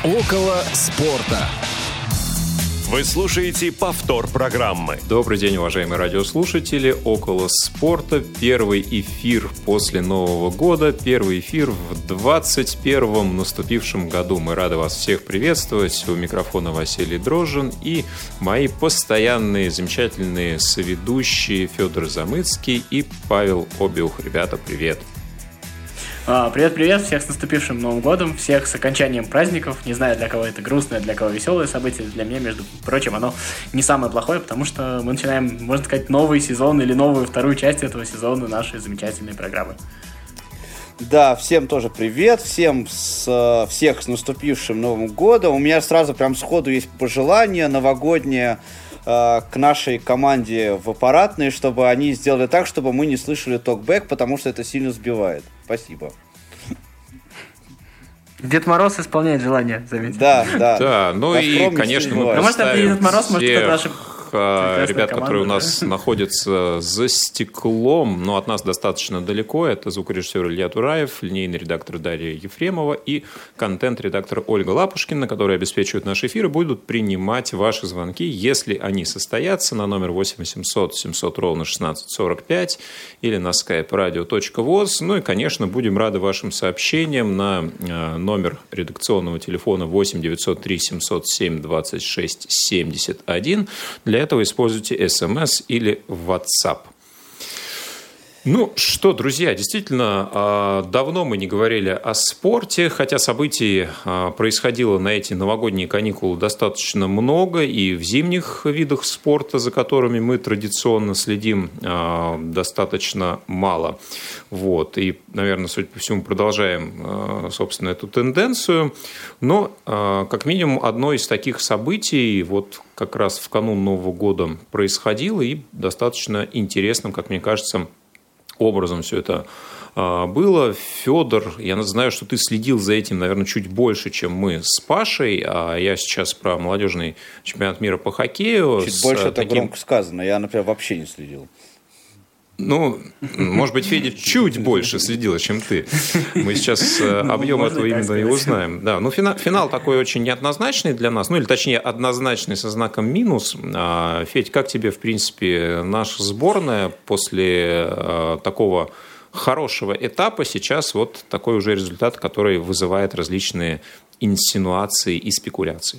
Около спорта. Вы слушаете повтор программы. Добрый день, уважаемые радиослушатели. Около спорта. Первый эфир после Нового года. Первый эфир в 21-м наступившем году. Мы рады вас всех приветствовать. У микрофона Василий Дрожжин и мои постоянные замечательные соведущие Федор Замыцкий и Павел Обиух. Ребята, привет. Привет-привет, всех с наступившим Новым годом, всех с окончанием праздников. Не знаю, для кого это грустное, для кого веселое событие. Для меня, между прочим, оно не самое плохое, потому что мы начинаем, можно сказать, новый сезон или новую вторую часть этого сезона нашей замечательной программы. Да, всем тоже привет, всех с наступившим Новым годом. У меня сразу прям сходу есть пожелание новогоднее к нашей команде в аппаратной, чтобы они сделали так, чтобы мы не слышали токбэк, потому что это сильно сбивает. Спасибо. Дед Мороз исполняет желание, заметьте. Да. Ну и, конечно, мы представим всех ребят, которые у нас находятся за стеклом, но от нас достаточно далеко. Это звукорежиссер Илья Тураев, линейный редактор Дарья Ефремова и контент-редактор Ольга Лапушкина, которые обеспечивают наш эфир и будут принимать ваши звонки, если они состоятся, на номер 8 800 700 ровно 1645 или на skype radio.voz. Ну и, конечно, будем рады вашим сообщениям на номер редакционного телефона 8 903 707 26 71. Для этого используйте SMS или WhatsApp. Ну что, друзья, действительно, давно мы не говорили о спорте, хотя событий происходило на эти новогодние каникулы достаточно много, и в зимних видах спорта, за которыми мы традиционно следим, достаточно мало. Вот. И, наверное, судя по всему, продолжаем, собственно, эту тенденцию. Но, как минимум, одно из таких событий вот как раз в канун Нового года происходило, и достаточно интересным, как мне кажется, образом все это было. Федор, я знаю, что ты следил за этим, наверное, чуть больше, чем мы с Пашей, а я сейчас про молодежный чемпионат мира по хоккею. Чуть больше это громко сказано, я, например, вообще не следил. Ну, может быть, Федя чуть больше следил, чем ты. Мы сейчас объем этого именно и узнаем. Да, ну, финал такой очень неоднозначный для нас, ну, или точнее, однозначный со знаком минус. Федь, как тебе, в принципе, наша сборная после такого хорошего этапа? Сейчас вот такой уже результат, который вызывает различные инсинуации и спекуляции.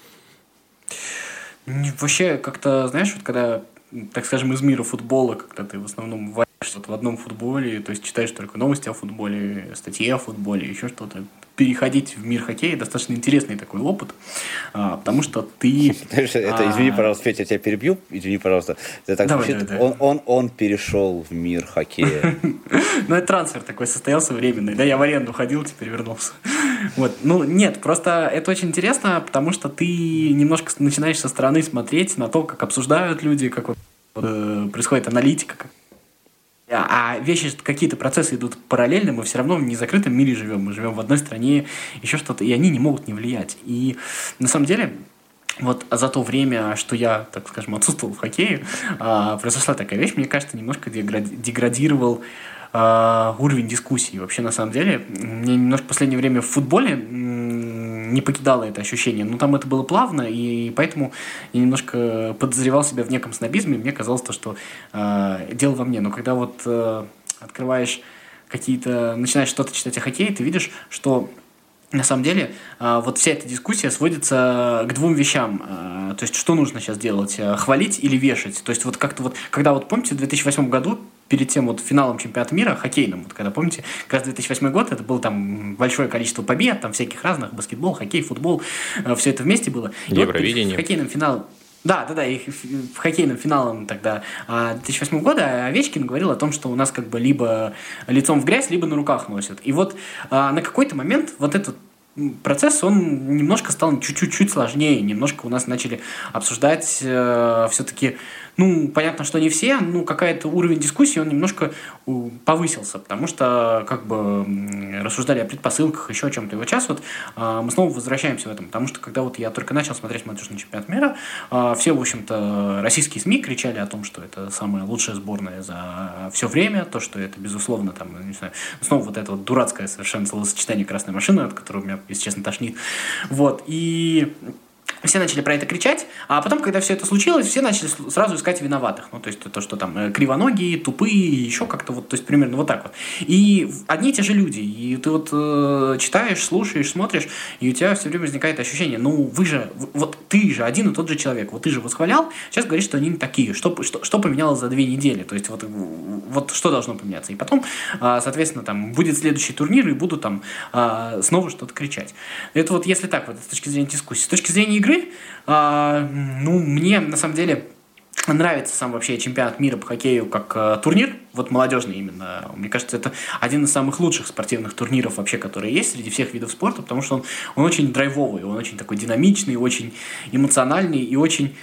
Вообще, как-то, знаешь, вот когда, так скажем, из мира футбола, когда ты в основном варишься в одном футболе, то есть читаешь только новости о футболе, статьи о футболе, еще что-то, переходить в мир хоккея достаточно интересный такой опыт, потому что ты... Это, извини, пожалуйста, Федя, я тебя перебью, извини, пожалуйста. Это так звучит. Он перешел в мир хоккея. Ну, это трансфер такой состоялся временный, да, я в аренду ходил, теперь вернулся. Вот, ну, нет, просто это очень интересно, потому что ты немножко начинаешь со стороны смотреть на то, как обсуждают люди, как вот происходит аналитика, а вещи, какие-то процессы идут параллельно, мы все равно в незакрытом мире живем, мы живем в одной стране, еще что-то, и они не могут не влиять. И на самом деле, вот за то время, что я, так скажем, отсутствовал в хоккее, произошла такая вещь, мне кажется, немножко деградировал уровень дискуссии. Вообще, на самом деле, мне немножко в последнее время в футболе не покидало это ощущение. Но там это было плавно, и поэтому я немножко подозревал себя в неком снобизме. Мне казалось, что дело во мне. Но когда вот открываешь начинаешь что-то читать о хоккее, ты видишь, что на самом деле вот вся эта дискуссия сводится к двум вещам. То есть, что нужно сейчас делать? Хвалить или вешать? То есть, вот как-то вот, когда вот, помните, в 2008 году, перед тем вот финалом чемпионата мира хоккейным, вот когда, помните, как раз 2008 год, это было там большое количество побед, там всяких разных, баскетбол, хоккей, футбол, все это вместе было. И Евровидение. Вот хоккейным финалом. Да, и в хоккейным финалом тогда 2008 года Овечкин говорил о том, что у нас как бы либо лицом в грязь, либо на руках носят. И вот на какой-то момент вот этот процесс, он немножко стал чуть-чуть сложнее, немножко у нас начали обсуждать все-таки Ну, понятно, что не все, ну, какой-то уровень дискуссии, он немножко повысился, потому что, как бы, рассуждали о предпосылках, еще о чем-то. И вот сейчас вот мы снова возвращаемся в этом, потому что, когда вот я только начал смотреть молодежный чемпионат мира, все, в общем-то, российские СМИ кричали о том, что это самая лучшая сборная за все время, то, что это, безусловно, там, не знаю, снова вот это вот дурацкое совершенно словосочетание «красная машина», от которого меня, если честно, тошнит. Вот, и все начали про это кричать, а потом, когда все это случилось, все начали сразу искать виноватых. Ну, то есть, то, что там кривоногие, тупые, еще как-то вот, то есть, примерно вот так вот. И одни и те же люди. И ты вот читаешь, слушаешь, смотришь, и у тебя все время возникает ощущение, ну, вы же, вот ты же один и тот же человек, вот ты же восхвалял, сейчас говоришь, что они не такие. Что поменялось за 2 недели? То есть, вот что должно поменяться? И потом, соответственно, там, будет следующий турнир, и будут там снова что-то кричать. Это вот если так, вот, с точки зрения дискуссии. С точки зрения игры, ну, мне, на самом деле, нравится сам вообще чемпионат мира по хоккею как турнир, вот молодежный именно. Мне кажется, это один из самых лучших спортивных турниров вообще, которые есть среди всех видов спорта, потому что он очень драйвовый, он очень такой динамичный, очень эмоциональный и очень...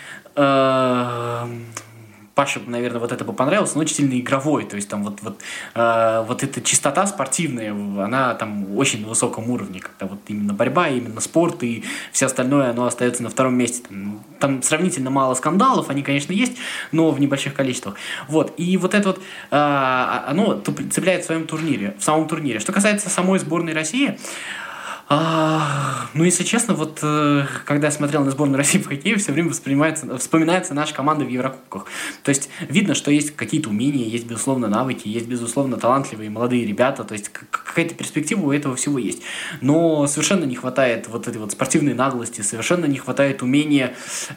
Паше, наверное, вот это бы понравилось, но очень сильно игровой, то есть там вот эта чистота спортивная, она там очень на высоком уровне, когда вот именно борьба, именно спорт и все остальное, оно остается на втором месте. Там сравнительно мало скандалов, они, конечно, есть, но в небольших количествах. Вот, и вот это вот, оно цепляет в своем турнире, в самом турнире. Что касается самой сборной России, ну, если честно, вот когда я смотрел на сборную России в хоккее, все время вспоминается наша команда в Еврокубках. То есть видно, что есть какие-то умения, есть, безусловно, навыки, есть, безусловно, талантливые молодые ребята, то есть какая-то перспектива у этого всего есть. Но совершенно не хватает вот этой вот спортивной наглости, совершенно не хватает умения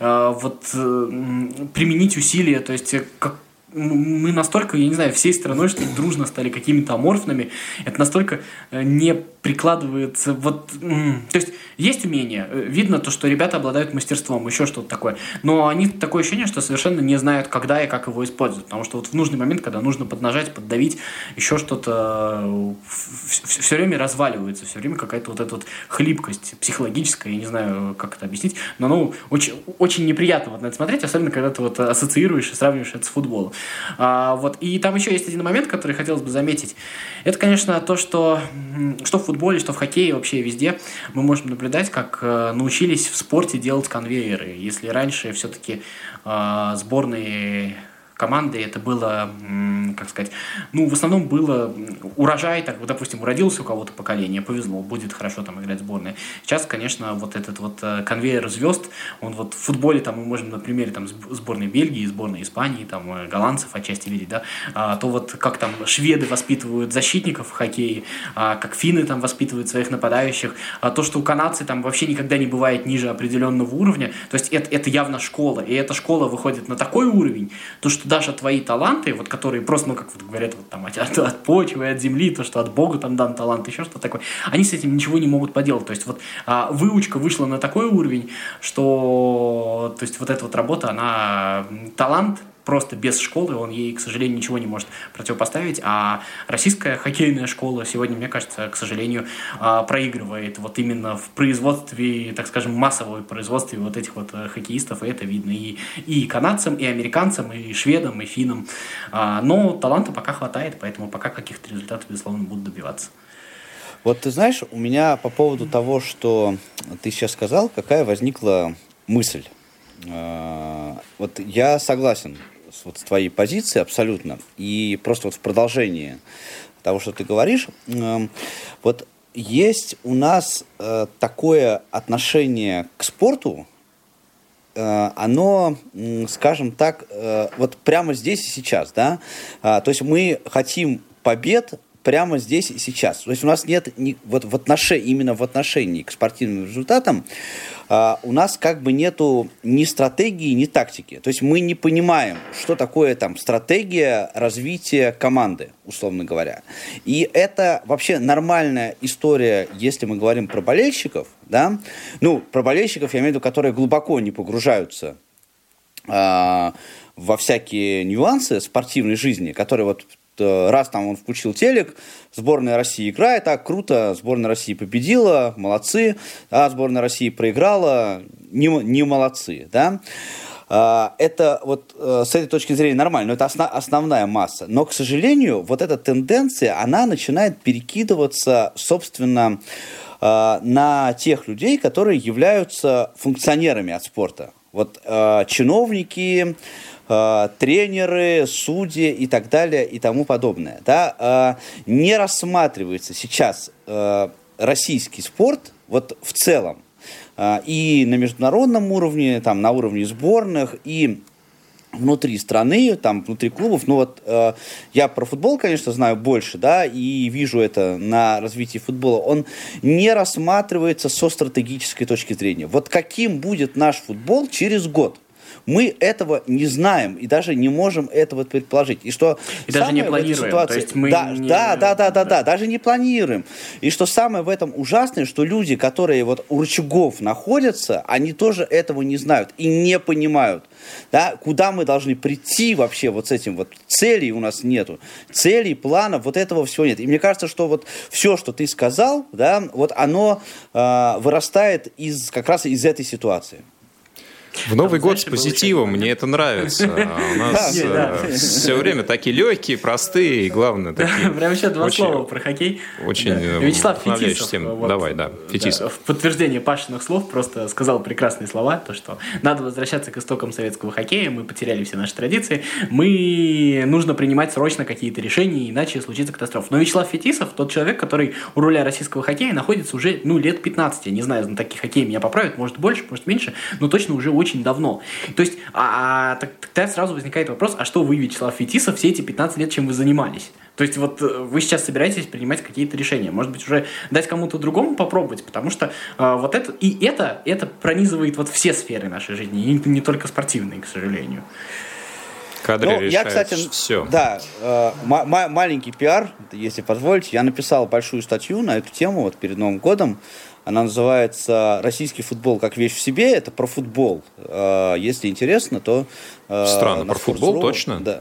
применить усилия, то есть мы настолько, я не знаю, всей страной, что дружно стали какими-то аморфными, это настолько не прикладывается, вот, то есть умение, видно то, что ребята обладают мастерством, еще что-то такое, но они такое ощущение, что совершенно не знают, когда и как его использовать, потому что вот в нужный момент, когда нужно поднажать, поддавить, еще что-то, все время разваливается, все время какая-то вот эта вот хлипкость психологическая, я не знаю, как это объяснить, но ну, очень, очень неприятно вот на это смотреть, особенно когда ты вот ассоциируешь и сравниваешь это с футболом. Вот. И там еще есть один момент, который хотелось бы заметить. Это, конечно, то, что в футболе, что в хоккее, вообще везде мы можем наблюдать, как научились в спорте делать конвейеры. Если раньше все-таки сборные команды это было, как сказать, ну, в основном было урожай, так, допустим, уродился у кого-то поколение, повезло, будет хорошо там играть сборная. Сейчас, конечно, вот этот вот конвейер звезд, он вот в футболе, там мы можем на примере там сборной Бельгии, сборной Испании, там голландцев отчасти видеть, да, то вот как там шведы воспитывают защитников в хоккее, как финны там воспитывают своих нападающих, то, что у канадцев там вообще никогда не бывает ниже определенного уровня, то есть это явно школа, и эта школа выходит на такой уровень, то, что даже твои таланты, вот которые просто, ну, как вот говорят, вот, там, от почвы, от земли, то, что от Бога там дан талант, еще что-то такое, они с этим ничего не могут поделать. То есть вот выучка вышла на такой уровень, что, то есть вот эта вот работа, она талант просто без школы, он ей, к сожалению, ничего не может противопоставить, а российская хоккейная школа сегодня, мне кажется, к сожалению, проигрывает вот именно в производстве, так скажем, массовом производстве вот этих вот хоккеистов, и это видно и канадцам, и американцам, и шведам, и финнам, но таланта пока хватает, поэтому пока каких-то результатов, безусловно, будут добиваться. Вот ты знаешь, у меня по поводу того, что ты сейчас сказал, какая возникла мысль. Вот я согласен с твоей позицией абсолютно. И просто вот в продолжении того, что ты говоришь, вот есть у нас такое отношение к спорту, оно, скажем так, вот прямо здесь и сейчас, да, то есть мы хотим побед прямо здесь и сейчас. То есть у нас нет вот именно в отношении к спортивным результатам у нас как бы нету ни стратегии, ни тактики. То есть мы не понимаем, что такое там стратегия развития команды, условно говоря. И это вообще нормальная история, если мы говорим про болельщиков, да? Ну, про болельщиков я имею в виду, которые глубоко не погружаются во всякие нюансы спортивной жизни, которые вот раз там он включил телек, сборная России играет, так, круто, сборная России победила, молодцы, а сборная России проиграла, не молодцы, да. Это вот с этой точки зрения нормально, но это основная масса. Но, к сожалению, вот эта тенденция, она начинает перекидываться, собственно, на тех людей, которые являются функционерами от спорта. Вот чиновники, тренеры, судьи и так далее и тому подобное. Да? Не рассматривается сейчас российский спорт вот в целом и на международном уровне, там, на уровне сборных, и внутри страны, там, внутри клубов. Ну вот я про футбол, конечно, знаю больше, да, и вижу это на развитии футбола. Он не рассматривается со стратегической точки зрения. Вот каким будет наш футбол через год? Мы этого не знаем и даже не можем этого предположить. И что и даже не планируем. Ситуации, то есть мы даже не планируем. И что самое в этом ужасное, что люди, которые вот у рычагов находятся, они тоже этого не знают и не понимают. Да, куда мы должны прийти вообще вот с этим вот. Целей у нас нету. Целей, планов, вот этого всего нет. И мне кажется, что вот все, что ты сказал, да, вот оно вырастает как раз из этой ситуации. В Новый год с позитивом, мне это нравится. У нас все время такие легкие, простые и, главное, такие... Прямо еще два слова про хоккей. Очень вдохновляющая тема. Давай, Фетисов. В подтверждение Пашиных слов просто сказал прекрасные слова, то, что надо возвращаться к истокам советского хоккея, мы потеряли все наши традиции, нужно принимать срочно какие-то решения, иначе случится катастрофа. Но Вячеслав Фетисов, тот человек, который у руля российского хоккея находится уже лет 15. Я не знаю, знатоки хоккея меня поправят, может больше, может меньше, но точно уже очень давно. То есть, тогда сразу возникает вопрос, а что вы, Вячеслав Фетисов, все эти 15 лет чем вы занимались? То есть, вот вы сейчас собираетесь принимать какие-то решения. Может быть, уже дать кому-то другому попробовать, потому что вот это пронизывает вот все сферы нашей жизни, и не только спортивные, к сожалению. Кадры решают, кстати, все. Да, маленький пиар, если позволите. Я написал большую статью на эту тему вот перед Новым годом. Она называется «Российский футбол как вещь в себе». Это про футбол. Если интересно, то... Странно, про футбол точно? Да.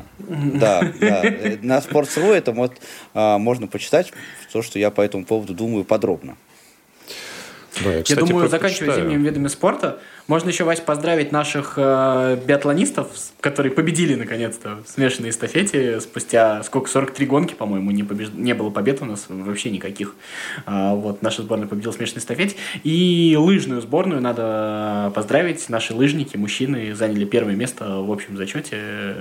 На Sports.ru это можно почитать, то, что я по этому поводу думаю подробно. Да, я думаю, заканчивая зимними видами спорта, можно еще, Вась, поздравить наших биатлонистов, которые победили, наконец-то, в смешанной эстафете. Спустя 43 гонки, по-моему, не было побед у нас вообще никаких. Вот, наша сборная победила в смешанной эстафете. И лыжную сборную надо поздравить. Наши лыжники, мужчины, заняли первое место в общем зачете.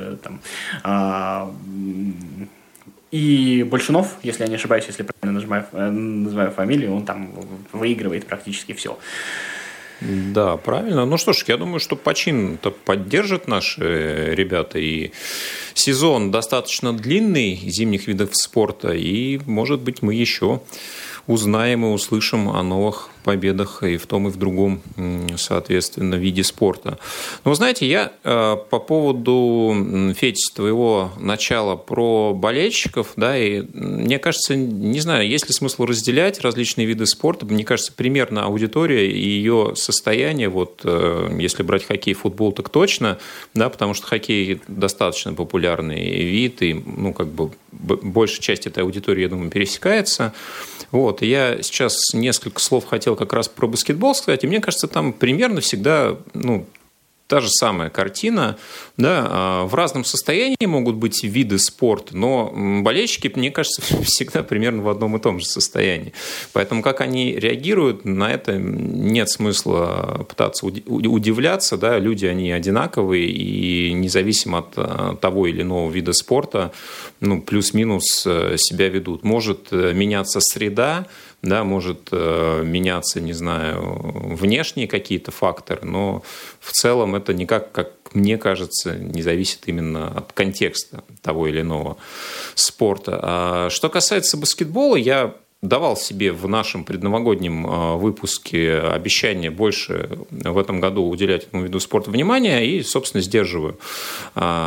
И Большунов, если я не ошибаюсь, если правильно называю фамилию, он там выигрывает практически все. Да, правильно. Ну что ж, я думаю, что почин-то поддержат наши ребята. И сезон достаточно длинный зимних видов спорта. И, может быть, мы еще узнаем и услышим о новых победах и в том, и в другом, соответственно, виде спорта. Но, вы знаете, я по поводу, Федь, твоего начала про болельщиков, да, и мне кажется, не знаю, есть ли смысл разделять различные виды спорта. Мне кажется, примерно аудитория и ее состояние, вот, если брать хоккей, футбол, так точно, да, потому что хоккей достаточно популярный вид, и, ну, как бы, большая часть этой аудитории, я думаю, пересекается. Вот, и я сейчас несколько слов хотел как раз про баскетбол сказать, и мне кажется, там примерно всегда, ну, та же самая картина, да, в разном состоянии могут быть виды спорта, но болельщики, мне кажется, всегда примерно в одном и том же состоянии. Поэтому как они реагируют, на это нет смысла пытаться удивляться, да, люди, они одинаковые, и независимо от того или иного вида спорта, ну, плюс-минус себя ведут. Может меняться среда, да, может меняться, не знаю, внешние какие-то факторы, но в целом это никак, как мне кажется, не зависит именно от контекста того или иного спорта. А что касается баскетбола, я давал себе в нашем предновогоднем выпуске обещание больше в этом году уделять этому виду спорта внимания и, собственно, сдерживаю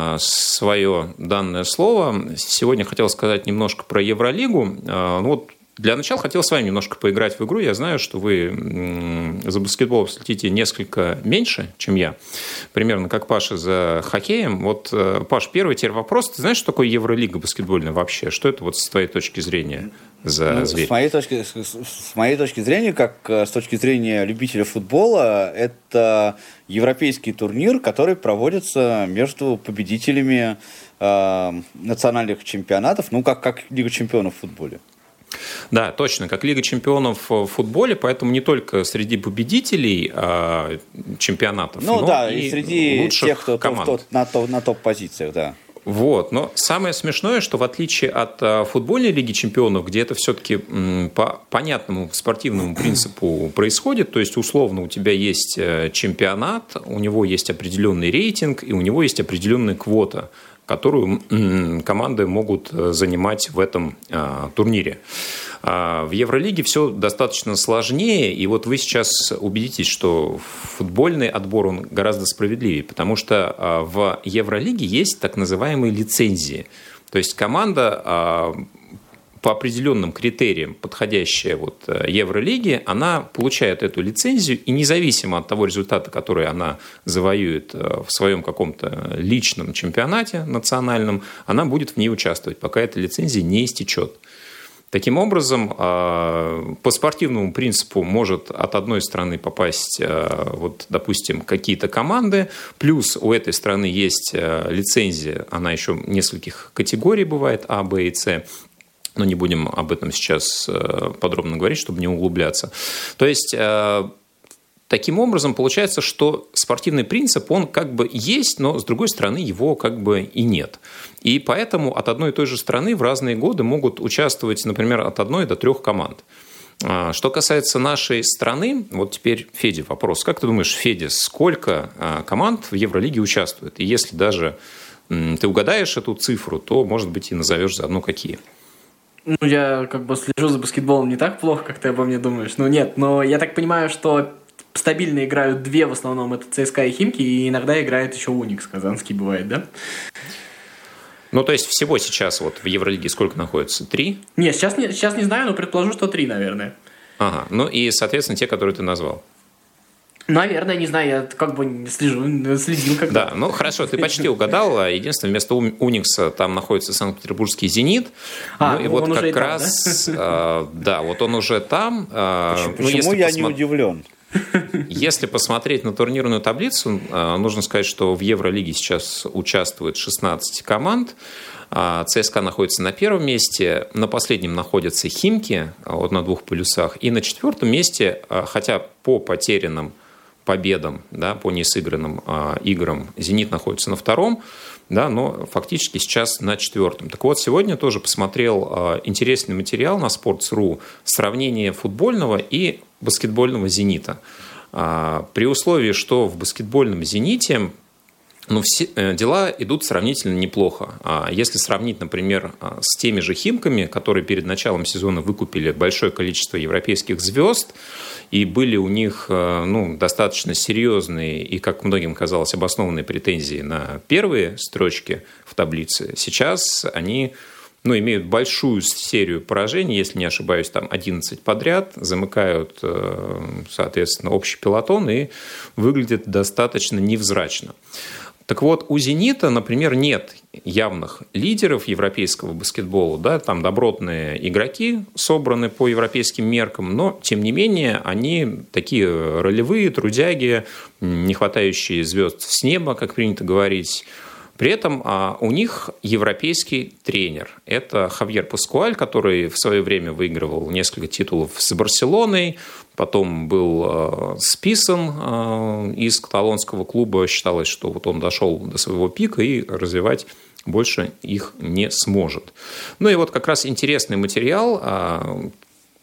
свое данное слово. Сегодня хотел сказать немножко про Евролигу. Ну, вот Для начала хотел с вами немножко поиграть в игру. Я знаю, что вы за баскетболом следите несколько меньше, чем я. Примерно как Паша за хоккеем. Вот, Паш, первый теперь вопрос. Ты знаешь, что такое Евролига баскетбольная вообще? Что это вот с твоей точки зрения за зверь? С моей точки зрения, как с точки зрения любителя футбола, это европейский турнир, который проводится между победителями национальных чемпионатов, ну, как Лига чемпионов в футболе. Да, точно, как Лига чемпионов в футболе, поэтому не только среди победителей чемпионатов, но да, и среди лучших тех, кто команд. На топ-позициях, да. Вот. Но самое смешное, что в отличие от футбольной Лиги чемпионов, где это все-таки по понятному спортивному принципу происходит, то есть условно у тебя есть чемпионат, у него есть определенный рейтинг и у него есть определенная квота, которую команды могут занимать в этом турнире. В Евролиге все достаточно сложнее, и вот вы сейчас убедитесь, что футбольный отбор он гораздо справедливее, потому что в Евролиге есть так называемые лицензии. То есть команда по определенным критериям, подходящая вот Евролиге, она получает эту лицензию, и независимо от того результата, который она завоюет в своем каком-то личном чемпионате национальном, она будет в ней участвовать, пока эта лицензия не истечет. Таким образом, по спортивному принципу может от одной страны попасть, вот, допустим, какие-то команды, плюс у этой страны есть лицензия, она еще нескольких категорий бывает, А, Б и С, но не будем об этом сейчас подробно говорить, чтобы не углубляться. То есть, таким образом, получается, что спортивный принцип, он как бы есть, но, с другой стороны, его как бы и нет. И поэтому от одной и той же страны в разные годы могут участвовать, например, от 1 до 3 команд. Что касается нашей страны, вот теперь, Федя, вопрос. Как ты думаешь, Федя, сколько команд в Евролиге участвует? И если даже ты угадаешь эту цифру, то, может быть, и назовешь заодно какие. Ну, я как бы слежу за баскетболом не так плохо, как ты обо мне думаешь. Ну, нет, но я так понимаю, что стабильно играют 2 в основном, это ЦСКА и Химки, и иногда играет еще Уникс казанский, бывает, да? Ну, то есть всего сейчас вот в Евролиге сколько находится? 3? Нет, сейчас не знаю, но предположу, что 3, наверное. Ага, ну и, соответственно, те, которые ты назвал. Наверное, не знаю, я как бы следил когда-то. Да, ну хорошо, ты почти угадал. Единственное, вместо Уникса там находится Санкт-Петербургский «Зенит». Ну и вот как раз, да, вот он уже там. Почему я не удивлен? Если посмотреть на турнирную таблицу, нужно сказать, что в Евролиге сейчас участвует 16 команд. ЦСКА находится на 1-м месте, на последнем находятся Химки, вот на 2 полюсах, и на 4-м месте, хотя по потерянным победам, да, по несыгранным играм, «Зенит» находится на 2-м, да, но фактически сейчас на 4-м. Так вот, сегодня тоже посмотрел интересный материал на Sports.ru, сравнение футбольного и баскетбольного «Зенита». При условии, что в баскетбольном «Зените» дела идут сравнительно неплохо. Если сравнить, например, с теми же Химками, которые перед началом сезона выкупили большое количество европейских звезд, и были у них достаточно серьезные и, как многим казалось, обоснованные претензии на первые строчки в таблице, сейчас они имеют большую серию поражений, если не ошибаюсь, там 11 подряд, замыкают, соответственно, общий пелотон и выглядят достаточно невзрачно. Так вот, у «Зенита», например, нет явных лидеров европейского баскетбола. Да? Там добротные игроки собраны по европейским меркам, но, тем не менее, они такие ролевые, трудяги, не хватающие звезд с неба, как принято говорить. При этом у них европейский тренер. Это Хавьер Паскуаль, который в свое время выигрывал несколько титулов с Барселоной, потом был списан из каталонского клуба. Считалось, что вот он дошел до своего пика и развивать больше их не сможет. Ну и вот как раз интересный материал.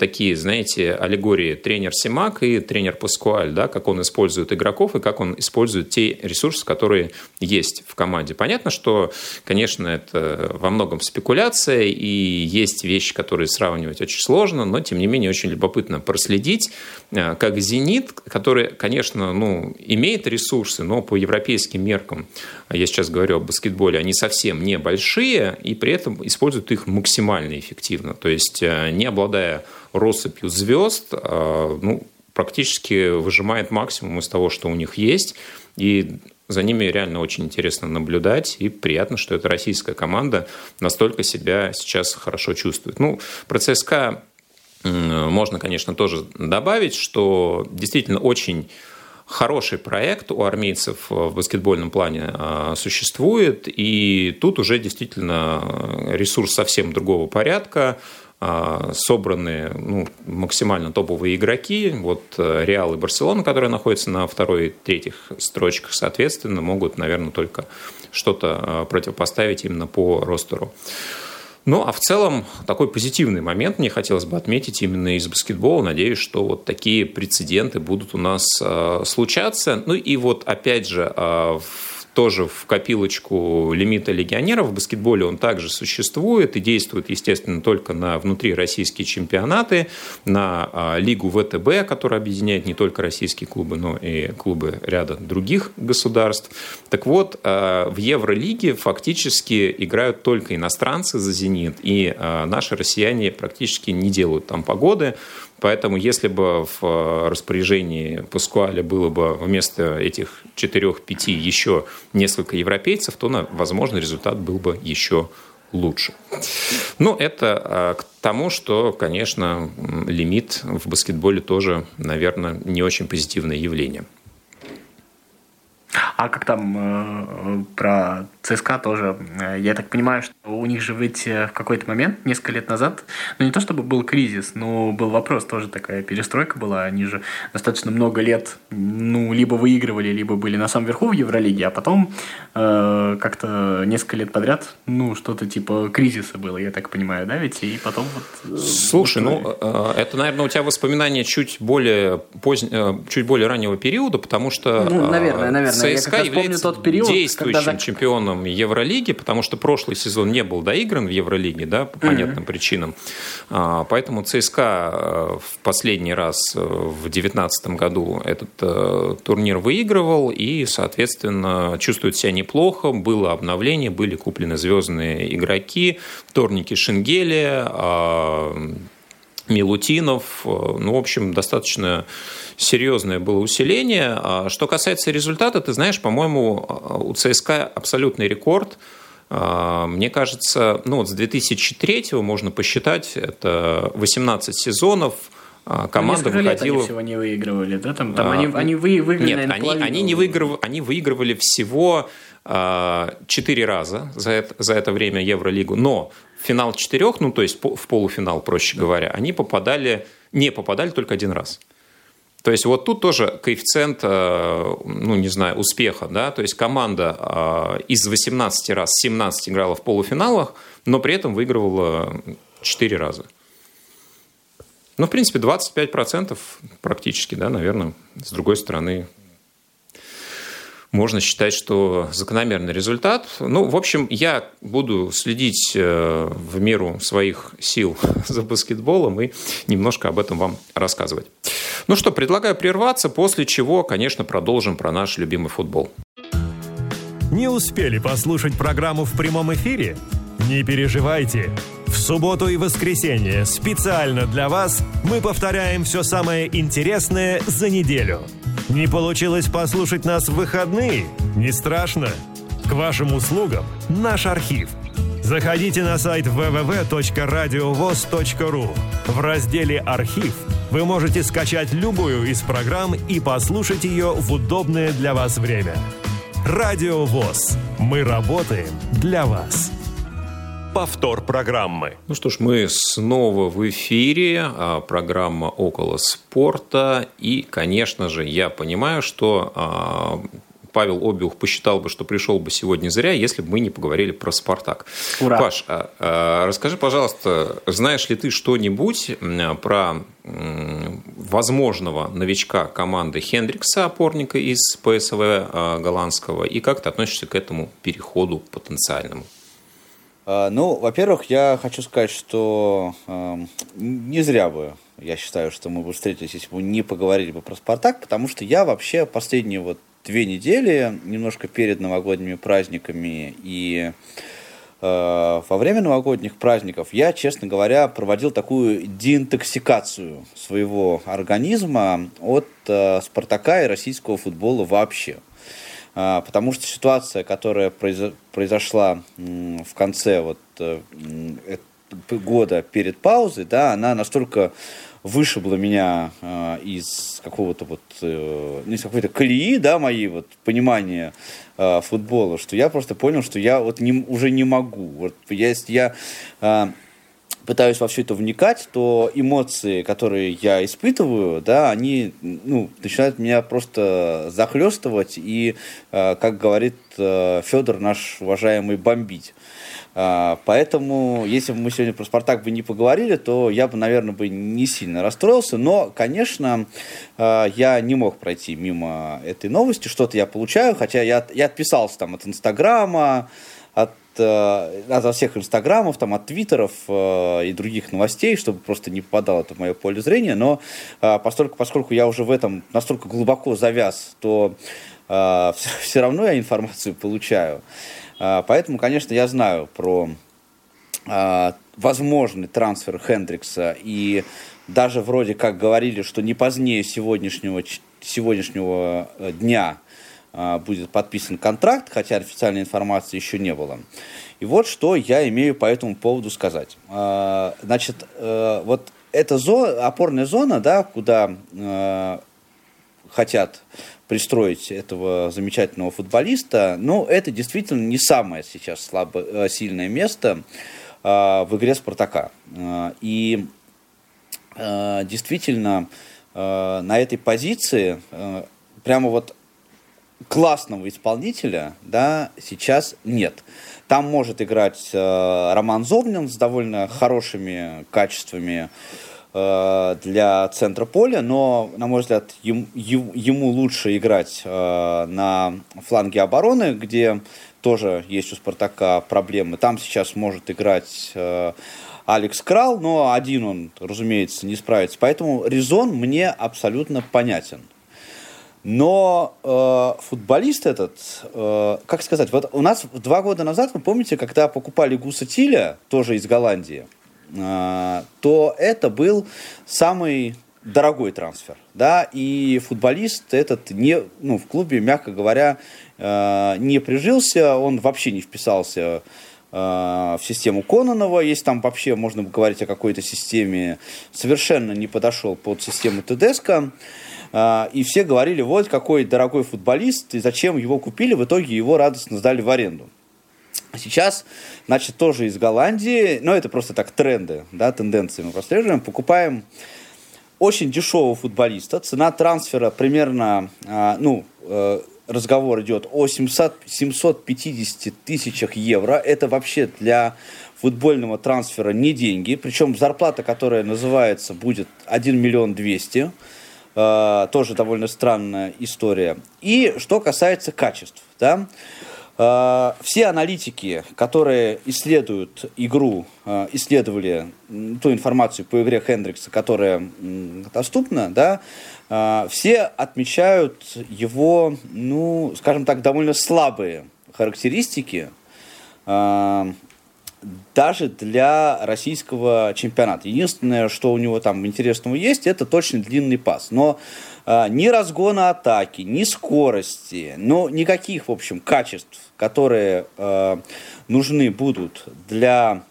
такие, знаете, аллегории тренер Симак и тренер Паскуаль, да, как он использует игроков и как он использует те ресурсы, которые есть в команде. Понятно, что, конечно, это во многом спекуляция, и есть вещи, которые сравнивать очень сложно, но, тем не менее, очень любопытно проследить, как «Зенит», который, конечно, имеет ресурсы, но по европейским меркам, я сейчас говорю о баскетболе, они совсем не большие, и при этом используют их максимально эффективно. То есть, не обладая россыпью звезд, практически выжимает максимум из того, что у них есть, и за ними реально очень интересно наблюдать, и приятно, что эта российская команда настолько себя сейчас хорошо чувствует. Про ЦСКА можно, конечно, тоже добавить, что действительно очень хороший проект у армейцев в баскетбольном плане существует, и тут уже ресурс совсем другого порядка, собраны максимально топовые игроки. Вот Реал и Барселона, которые находятся на второй и третьих строчках, соответственно, могут, наверное, только что-то противопоставить именно по ростеру. А в целом такой позитивный момент мне хотелось бы отметить именно из баскетбола. Надеюсь, что вот такие прецеденты будут у нас случаться. И вот опять же тоже в копилочку лимита легионеров в баскетболе он также существует и действует, естественно, только на внутрироссийские чемпионаты, на лигу ВТБ, которая объединяет не только российские клубы, но и клубы ряда других государств. Так вот, в Евролиге фактически играют только иностранцы за «Зенит», и наши россияне практически не делают там погоды. Поэтому, если бы в распоряжении Паскуаля было бы вместо этих 4-5 еще несколько европейцев, то, возможно, результат был бы еще лучше. Это к тому, что, конечно, лимит в баскетболе тоже, наверное, не очень позитивное явление. А как там про ЦСКА тоже? Я так понимаю, что у них же ведь в какой-то момент, несколько лет назад, не то чтобы был кризис, но был вопрос, тоже такая перестройка была. Они же достаточно много лет либо выигрывали, либо были на самом верху в Евролиге, а потом как-то несколько лет подряд, что-то типа кризиса было, я так понимаю, да, ведь? И потом вот... Слушай, это, наверное, у тебя воспоминания чуть более раннего периода, потому что... наверное. ЦСКА является тот период, действующим чемпионом Евролиги, потому что прошлый сезон не был доигран в Евролиге, да, по понятным причинам. Поэтому ЦСКА в последний раз в 2019 году этот турнир выигрывал и, соответственно, чувствует себя неплохо. Было обновление, были куплены звездные игроки, Торники Шенгелия, Милутинов. В общем, достаточно серьезное было усиление. Что касается результата, ты знаешь, по-моему, у ЦСКА абсолютный рекорд. Мне кажется, с 2003-го можно посчитать, это 18 сезонов. Команда выходила... Они всего не выигрывали, да? Они выиграли, нет, наверное, они выигрывали всего 4 раза за это время Евролигу, но в финал 4, то есть в полуфинал, проще говоря, они не попадали только один раз. То есть вот тут тоже коэффициент, успеха, да, то есть команда из 18 раз 17 играла в полуфиналах, но при этом выигрывала 4 раза. В принципе, 25% практически, да, наверное, с другой стороны, можно считать, что закономерный результат. В общем, я буду следить в меру своих сил за баскетболом и немножко об этом вам рассказывать. Предлагаю прерваться, после чего, конечно, продолжим про наш любимый футбол. Не успели послушать программу в прямом эфире? Не переживайте. В субботу и воскресенье специально для вас мы повторяем все самое интересное за неделю. Не получилось послушать нас в выходные? Не страшно. К вашим услугам наш архив. Заходите на сайт www.radiovoz.ru. В разделе «Архив» вы можете скачать любую из программ и послушать ее в удобное для вас время. Радио ВОЗ. Мы работаем для вас. Повтор программы. Что ж, мы снова в эфире. Программа «Около спорта». И, конечно же, я понимаю, что Павел Обиух посчитал бы, что пришел бы сегодня зря, если бы мы не поговорили про «Спартак». Ура! Паш, расскажи, пожалуйста, знаешь ли ты что-нибудь про возможного новичка команды Хендрикса, опорника из ПСВ голландского, и как ты относишься к этому переходу потенциальному? Ну, во-первых, я хочу сказать, что не зря бы, я считаю, что мы бы встретились, если бы не поговорили бы про «Спартак», потому что я вообще последние 2 недели, немножко перед новогодними праздниками и во время новогодних праздников, я, честно говоря, проводил такую деинтоксикацию своего организма от «Спартака» и российского футбола вообще. Потому что ситуация, которая произошла в конце года перед паузой, да, она настолько вышибла меня из какого-то из какой-то колеи, да, моей понимания футбола, что я просто понял, что я уже не могу. Если я пытаюсь во все это вникать, то эмоции, которые я испытываю, да, они начинают меня просто захлестывать и, как говорит Федор наш уважаемый, бомбить. Поэтому, если бы мы сегодня про «Спартак» бы не поговорили, то я бы, наверное, не сильно расстроился. Но, конечно, я не мог пройти мимо этой новости. Что-то я получаю, хотя я отписался там от Инстаграма, от всех инстаграмов, от твиттеров и других новостей, чтобы просто не попадало это в мое поле зрения, но поскольку я уже в этом настолько глубоко завяз, то все равно я информацию получаю. Поэтому, конечно, я знаю про возможный трансфер Хендрикса, и даже вроде как говорили, что не позднее сегодняшнего дня будет подписан контракт, хотя официальной информации еще не было. И вот что я имею по этому поводу сказать. Значит, эта опорная зона, да, куда хотят пристроить этого замечательного футболиста, это действительно не самое сейчас сильное место в игре «Спартака». И действительно на этой позиции прямо классного исполнителя, да, сейчас нет. Там может играть Роман Зобнин с довольно хорошими качествами для центра поля, но, на мой взгляд, ему лучше играть на фланге обороны, где тоже есть у «Спартака» проблемы. Там сейчас может играть Алекс Крал, но один он, разумеется, не справится. Поэтому резон мне абсолютно понятен. Но футболист этот, как сказать, у нас 2 года назад, вы помните, когда покупали Гуса Тиля, тоже из Голландии, то это был самый дорогой трансфер, да, и футболист этот в клубе, мягко говоря, не прижился, он вообще не вписался в систему Кононова, если там вообще можно говорить о какой-то системе, совершенно не подошел под систему Тедеско. И все говорили, какой дорогой футболист, и зачем его купили, в итоге его радостно сдали в аренду. Сейчас, значит, тоже из Голландии, это просто так тренды, да, тенденции мы прослеживаем, покупаем очень дешевого футболиста, цена трансфера примерно, разговор идет о 750 тысячах евро, это вообще для футбольного трансфера не деньги, причем зарплата, которая называется, будет 1 миллион 200 000. Тоже довольно странная история. И что касается качеств, да, все аналитики, которые исследуют игру, исследовали ту информацию по игре Хендрикса, которая доступна, да, все отмечают его, скажем так, довольно слабые характеристики, даже для российского чемпионата. Единственное, что у него там интересного есть, это точно длинный пас. Но ни разгона атаки, ни скорости, никаких, в общем, качеств, которые нужны будут для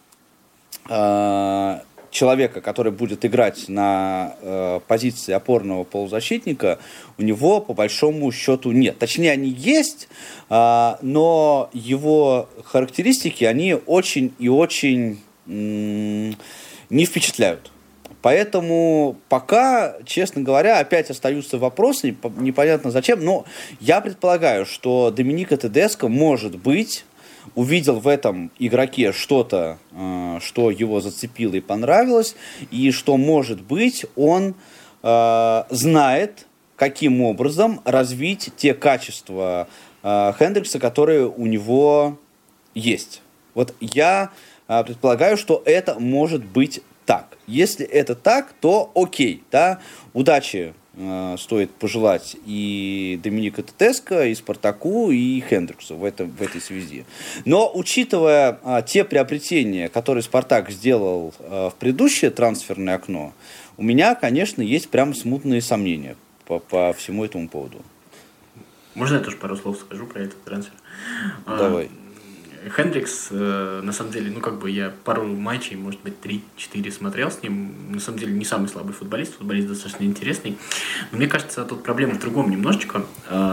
человека, который будет играть на позиции опорного полузащитника, у него по большому счету нет. Точнее, они есть, но его характеристики, они очень и очень не впечатляют. Поэтому пока, честно говоря, опять остаются вопросы, непонятно зачем, но я предполагаю, что Доминика Тедеско, может быть, увидел в этом игроке что-то, что его зацепило и понравилось, и что, может быть, он знает, каким образом развить те качества Хендрикса, которые у него есть. Вот я предполагаю, что это может быть так. Если это так, то окей, да, удачи стоит пожелать и Доминику Тедеско, и Спартаку, и Хендриксу в этой связи. Но учитывая те приобретения, которые Спартак сделал в предыдущее трансферное окно, у меня, конечно, есть прям смутные сомнения по всему этому поводу. Можно я тоже пару слов скажу про этот трансфер? Давай. Хендрикс, на самом деле, я пару матчей, может быть, 3-4 смотрел с ним. На самом деле, не самый слабый футболист достаточно интересный. Но мне кажется, тут проблема в другом немножечко.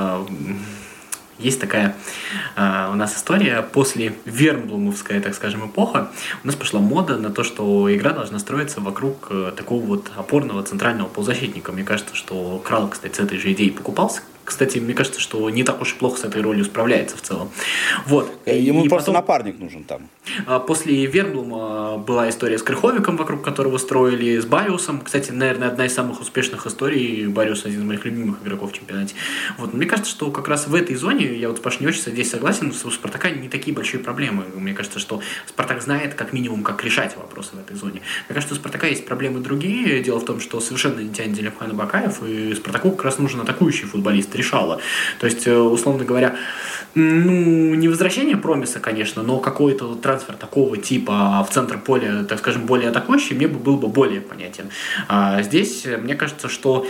Есть такая у нас история, после вернблумовская, так скажем, эпоха, у нас пошла мода на то, что игра должна строиться вокруг такого вот опорного центрального полузащитника. Мне кажется, что Крал, кстати, с этой же идеей покупался. Кстати, мне кажется, что не так уж и плохо с этой ролью справляется в целом. Вот. Ему и просто напарник нужен там. После Вернблума была история с Крыховиком, вокруг которого строили, с Бариусом. Кстати, наверное, одна из самых успешных историй. Бариус один из моих любимых игроков в чемпионате. Вот. Мне кажется, что как раз в этой зоне, я вот с Пашей не очень здесь согласен, у Спартака не такие большие проблемы. Мне кажется, что Спартак знает как минимум, как решать вопросы в этой зоне. Мне кажется, у Спартака есть проблемы другие. Дело в том, что совершенно не тянет Делепхан Бакаев, и Спартаку как раз нужен атакующий футболист, решало. То есть, условно говоря, не возвращение Промиса, конечно, но какой-то трансфер такого типа в центр поля, так скажем, более атакующий, мне был бы более понятен. Здесь, мне кажется, что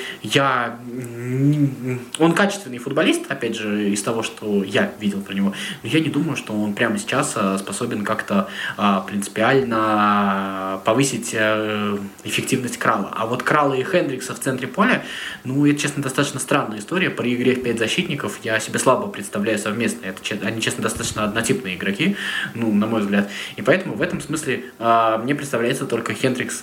он качественный футболист, опять же, из того, что я видел про него, но я не думаю, что он прямо сейчас способен как-то принципиально повысить эффективность Крала. А вот Крала и Хендрикса в центре поля, это, честно, достаточно странная история. При игре в 5 защитников я себе слабо представляю совместно. Они, честно, достаточно однотипные игроки, на мой взгляд. И поэтому в этом смысле мне представляется только Хендрикс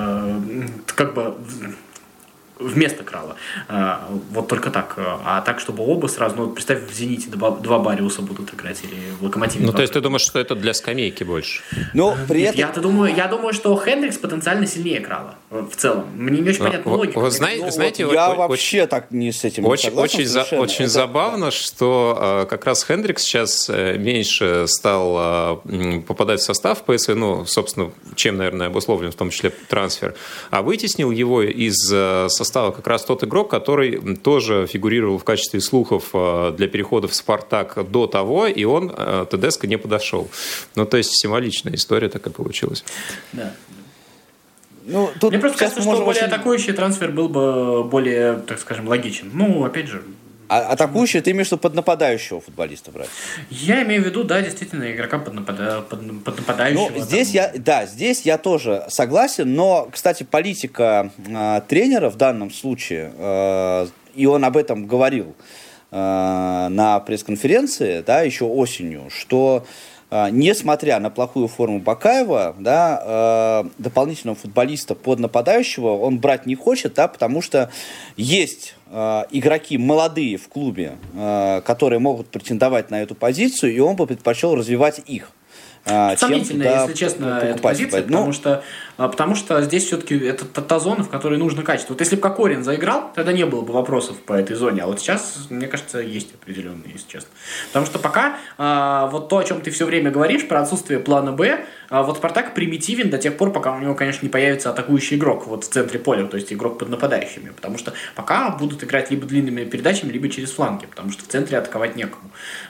вместо Крала. Вот только так. А так, чтобы оба сразу, представь, в «Зените» два Бариуса будут играть или в «Локомотиве». То есть ты думаешь, что это для скамейки больше? При этом... Я думаю, что Хендрикс потенциально сильнее Крала в целом. Мне не очень понятна логика. Вы знаете, я вообще так не с этим не согласен. Очень забавно, что как раз Хендрикс сейчас меньше стал попадать в состав ПСВ, собственно, чем, наверное, обусловлен в том числе трансфер, а вытеснил его из состава как раз тот игрок, который тоже фигурировал в качестве слухов для перехода в «Спартак» до того, и он, Тедеско, не подошел. То есть символичная история такая получилась. Да. Мне просто кажется, что более атакующий трансфер был бы более, так скажем, логичен. Опять же... атакующий, ты имеешь в виду под нападающего футболиста брать? Я имею в виду, да, действительно, игрока под нападающего. Здесь я тоже согласен, но, кстати, политика тренера в данном случае, и он об этом говорил на пресс-конференции, да, еще осенью, что несмотря на плохую форму Бакаева, да, дополнительного футболиста под нападающего он брать не хочет, да, потому что есть игроки молодые в клубе, которые могут претендовать на эту позицию, и он бы предпочел развивать их. Сомнительно, если честно, эта позиция, потому что здесь все-таки это та зона, в которой нужно качество. Вот если бы Кокорин заиграл, тогда не было бы вопросов по этой зоне, а вот сейчас, мне кажется, есть определенные, если честно. Потому что пока вот то, о чем ты все время говоришь, про отсутствие плана «Б», вот Спартак примитивен до тех пор, пока у него, конечно, не появится атакующий игрок вот в центре поля, то есть игрок под нападающими, потому что пока будут играть либо длинными передачами, либо через фланги, потому что в центре атаковать некому.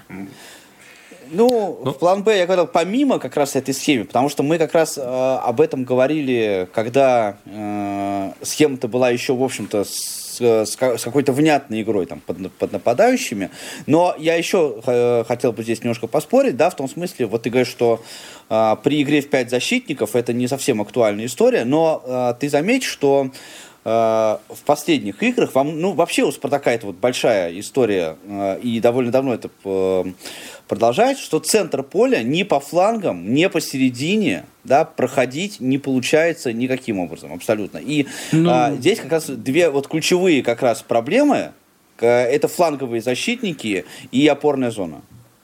В план «Б» я говорил помимо как раз этой схемы, потому что мы как раз об этом говорили, когда схема-то была еще, в общем-то, с какой-то внятной игрой там, под нападающими. Но я еще хотел бы здесь немножко поспорить, да, в том смысле, вот ты говоришь, что при игре в 5 защитников это не совсем актуальная история, но ты заметь, что в последних играх, вообще у «Спартака» это вот большая история, и довольно давно это продолжается, что центр поля ни по флангам, ни посередине, да, проходить не получается никаким образом, абсолютно. И здесь как раз две вот ключевые как раз проблемы, это фланговые защитники и опорная зона.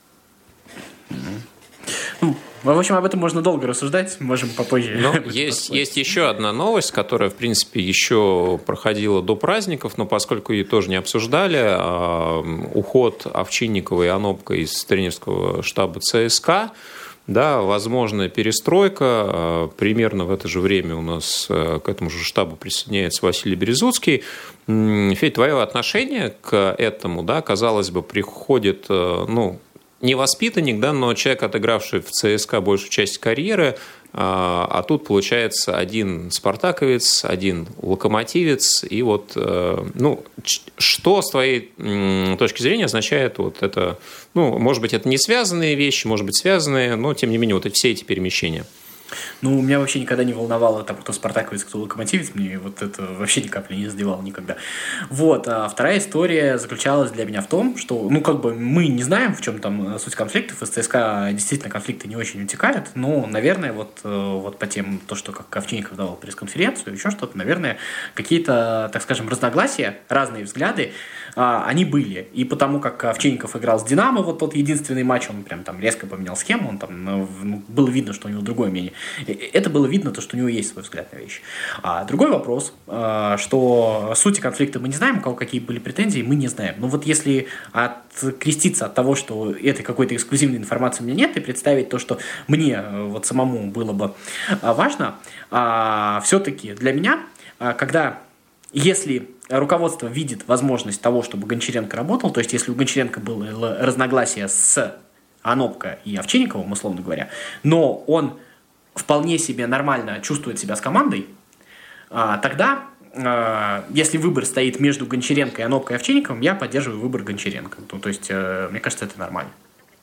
В общем, об этом можно долго рассуждать, можем попозже. Но есть еще одна новость, которая, в принципе, еще проходила до праздников, но поскольку ее тоже не обсуждали, уход Овчинникова и Анопка из тренерского штаба ЦСКА, да, возможная перестройка. Примерно в это же время у нас к этому же штабу присоединяется Василий Березуцкий. Федь, твое отношение к этому, да, казалось бы, приходит, не воспитанник, да, но человек, отыгравший в ЦСКА большую часть карьеры, а тут получается один спартаковец, один локомотивец, и вот, что с твоей точки зрения означает вот это, может быть, это не связанные вещи, может быть, связанные, но, тем не менее, вот все эти перемещения? Меня вообще никогда не волновало, кто спартаковец, кто локомотивец, мне вот это вообще ни капли не задевало никогда. Вот, а вторая история заключалась для меня в том, что, мы не знаем, в чем там суть конфликтов, из ЦСКА действительно конфликты не очень утекают, но, наверное, вот по тем, то, что как Овчинников давал пресс-конференцию, еще что-то, наверное, какие-то, так скажем, разногласия, разные взгляды, они были. И потому как Овчинников играл с «Динамо», вот тот единственный матч, он прям там резко поменял схему, он там, было видно, что у него другое мнение. Это было видно, что у него есть свой взгляд на вещи. А другой вопрос, что сути конфликта мы не знаем, у кого какие были претензии, мы не знаем. Но вот если откреститься от того, что этой какой-то эксклюзивной информации у меня нет, и представить то, что мне вот самому было бы важно, все-таки для меня, если руководство видит возможность того, чтобы Гончаренко работал, то есть если у Гончаренко было разногласие с Анопко и Овчинниковым, условно говоря, но он вполне себе нормально чувствует себя с командой, тогда, если выбор стоит между Гончаренко и Анопко и Овчинниковым, я поддерживаю выбор Гончаренко. То есть, мне кажется, это нормально.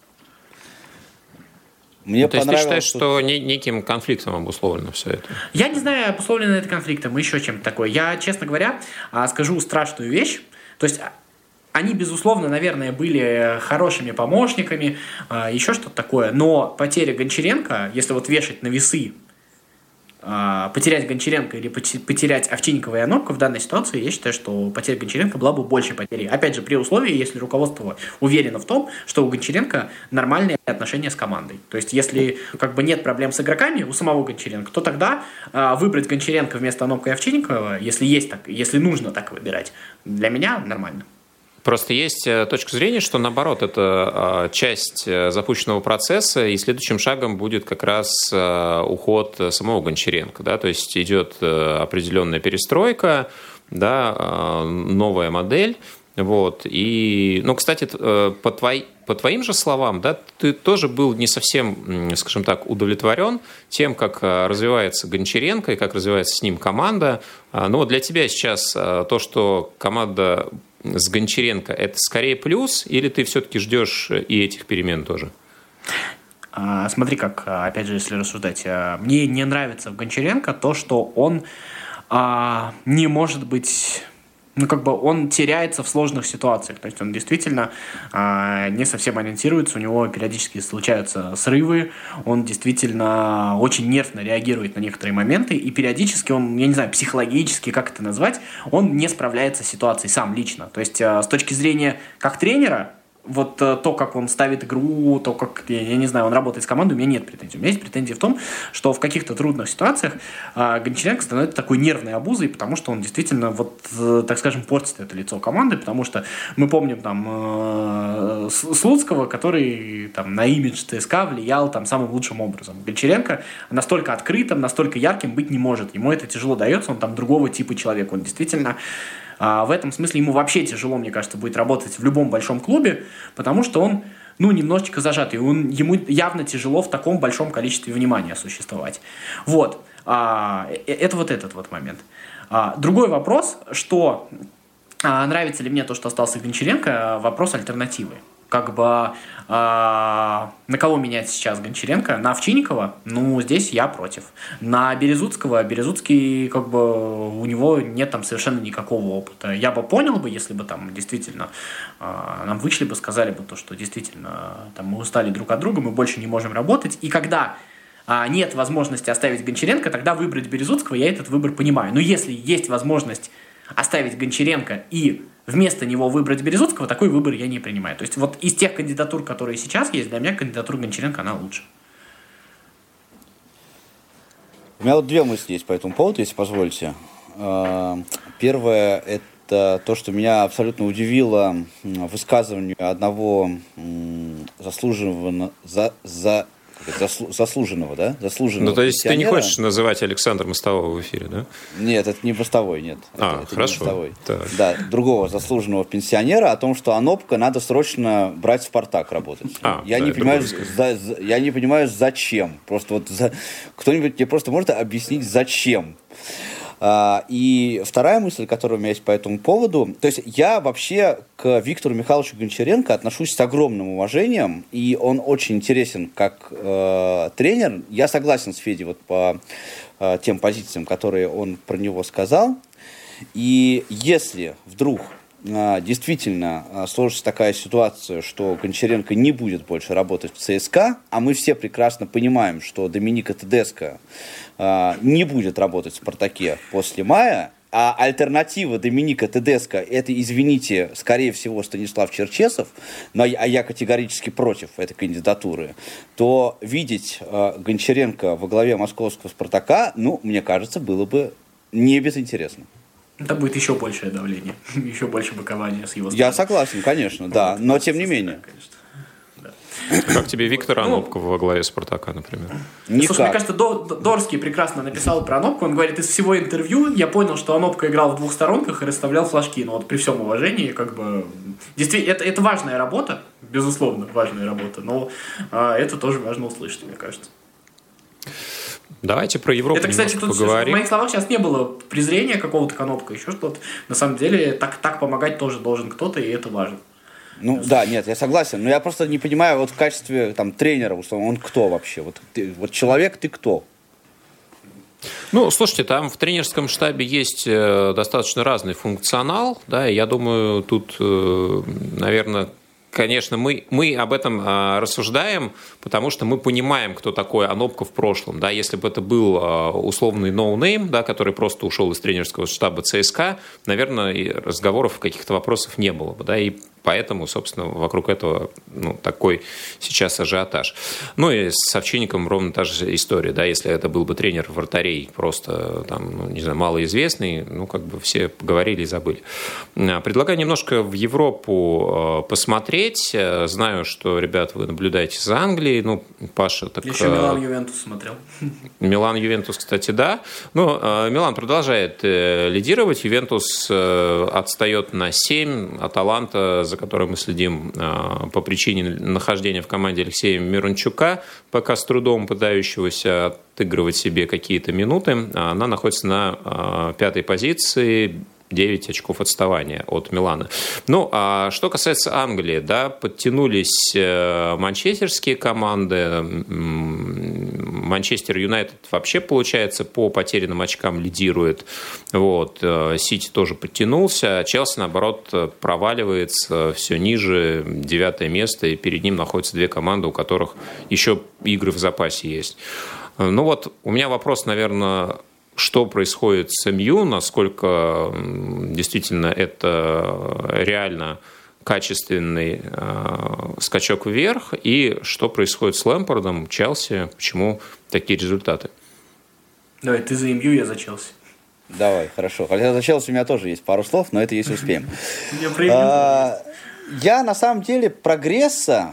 То есть ты считаешь, что неким конфликтом обусловлено все это? Я не знаю, обусловлено это конфликтом, еще чем-то такое. Я, честно говоря, скажу страшную вещь. То есть они, безусловно, наверное, были хорошими помощниками, еще что-то такое. Но потеря Гончаренко, если вот вешать на весы, потерять Гончаренко или потерять Овчинникова и Анопко в данной ситуации, я считаю, что потеря Гончаренко была бы большей потерей. Опять же, при условии, если руководство уверено в том, что у Гончаренко нормальные отношения с командой. То есть, если нет проблем с игроками у самого Гончаренко, то тогда выбрать Гончаренко вместо Анопко и Овчинникова, если нужно так выбирать, для меня нормально. Просто есть точка зрения, что наоборот, это часть запущенного процесса, и следующим шагом будет как раз уход самого Гончаренко. Да? То есть идет определенная перестройка, да, новая модель. Вот. И, кстати, по твоим же словам, да, ты тоже был не совсем, скажем так, удовлетворен тем, как развивается Гончаренко и как развивается с ним команда. Но для тебя сейчас то, что команда с Гончаренко, это скорее плюс, или ты все-таки ждешь и этих перемен тоже? Смотри, опять же, если рассуждать, мне не нравится в Гончаренко то, что он не может быть... он теряется в сложных ситуациях. То есть он действительно не совсем ориентируется, у него периодически случаются срывы, он действительно очень нервно реагирует на некоторые моменты, и периодически он, я не знаю, психологически, как это назвать, он не справляется с ситуацией сам лично. То есть с точки зрения как тренера, вот то, как он ставит игру, то, как, я не знаю, он работает с командой, у меня нет претензий. У меня есть претензии в том, что в каких-то трудных ситуациях Гончаренко становится такой нервной обузой, потому что он действительно, так скажем, портит это лицо команды, потому что мы помним там Слуцкого, который там на имидж ЦСКА влиял там самым лучшим образом. Гончаренко настолько открытым, настолько ярким быть не может. Ему это тяжело дается, он там другого типа человек. Он действительно... В этом смысле ему вообще тяжело, мне кажется, будет работать в любом большом клубе, потому что он, немножечко зажатый. Ему явно тяжело в таком большом количестве внимания существовать. Вот. Это вот этот вот момент. Другой вопрос, что нравится ли мне то, что остался Гончаренко, вопрос альтернативы. как бы на кого менять сейчас Гончаренко? На Овчинникова? Ну, здесь я против. На Березутского? Березутский, как бы, у него нет там совершенно никакого опыта. Я бы понял бы, если бы там действительно нам вышли бы, сказали бы то, что действительно там, мы устали друг от друга, мы больше не можем работать. И когда нет возможности оставить Гончаренко, тогда выбрать Березутского, я этот выбор понимаю. Но если есть возможность оставить Гончаренко и вместо него выбрать Березутского, такой выбор я не принимаю. То есть вот из тех кандидатур, которые сейчас есть, для меня кандидатура Гончаренко, она лучше. У меня вот две мысли есть по этому поводу, если позволите. Первое – это то, что меня абсолютно удивило высказывание одного заслуженного, да? Заслуженного. Ну, то есть ты не хочешь называть Александра Мостового в эфире, да? Нет, это не Мостовой, нет. Это хорошо. Не Мостовой. Да, другого заслуженного пенсионера о том, что Онопка надо срочно брать в «Спартак» работать. Я не понимаю, зачем. Просто вот кто-нибудь мне просто может объяснить, зачем. И вторая мысль, которая у меня есть по этому поводу, то есть я вообще к Виктору Михайловичу Гончаренко отношусь с огромным уважением, и он очень интересен как тренер. Я согласен с Федей вот по тем позициям, которые он про него сказал. И если вдруг действительно сложится такая ситуация, что Гончаренко не будет больше работать в ЦСКА, а мы все прекрасно понимаем, что Доминика Тедеско не будет работать в «Спартаке» после мая, а альтернатива Доминика Тедеско – это, извините, скорее всего, Станислав Черчесов, а я категорически против этой кандидатуры, то видеть Гончаренко во главе московского «Спартака», ну, мне кажется, было бы не безинтересно. Это будет еще большее давление, еще больше быкования с его стороны. Я согласен, конечно, да, но тем не менее. Как тебе Виктор Онопков во главе «Спартака», например? Никак. Слушай, мне кажется, Дорский прекрасно написал про Онопку. Он говорит, из всего интервью я понял, что Онопка играл в двух сторонках и расставлял флажки. Но вот при всем уважении, как бы... Действительно, это важная работа, безусловно, важная работа, но это тоже важно услышать, мне кажется. Давайте про Европу это, кстати, тут поговорим. В моих словах сейчас не было презрения какого-то к Онопка, еще что-то. На самом деле, так помогать тоже должен кто-то, и это важно. Ну да, нет, я согласен, но я просто не понимаю, вот в качестве там тренера, он кто вообще? Вот человек, ты кто? Ну, слушайте, там в тренерском штабе есть достаточно разный функционал, да, и я думаю, тут, наверное, конечно, мы об этом рассуждаем, потому что мы понимаем, кто такой Онопка в прошлом. Да? Если бы это был условный ноунейм, да, который просто ушел из тренерского штаба ЦСКА, наверное, и разговоров, каких-то вопросов не было бы. Да? И поэтому, собственно, вокруг этого такой сейчас ажиотаж. Ну и с Овчинником ровно та же история. Да? Если это был бы тренер вратарей, просто там, не знаю, малоизвестный, как бы все поговорили и забыли. Предлагаю немножко в Европу посмотреть. Знаю, что, ребят, вы наблюдаете за Англией. Паша, так... Еще Милан-Ювентус смотрел. Милан-Ювентус, кстати, да. Милан продолжает лидировать. Ювентус отстает на 7. Аталанта, за которой мы следим по причине нахождения в команде Алексея Мирончука, пока с трудом пытающегося отыгрывать себе какие-то минуты, она находится на 5-й позиции, 9 очков отставания от Милана. А что касается Англии, да, подтянулись манчестерские команды. Манчестер Юнайтед вообще, получается, по потерянным очкам лидирует. Сити тоже подтянулся. Челси, наоборот, проваливается все ниже, 9-е место, и перед ним находятся две команды, у которых еще игры в запасе есть. У меня вопрос, наверное... Что происходит с МЮ, насколько действительно это реально качественный скачок вверх, и что происходит с Лэмпардом, Челси, почему такие результаты? Давай, ты за МЮ, я за Челси. Давай, хорошо. Хотя за Челси у меня тоже есть пару слов, но это если успеем. Я на самом деле прогресса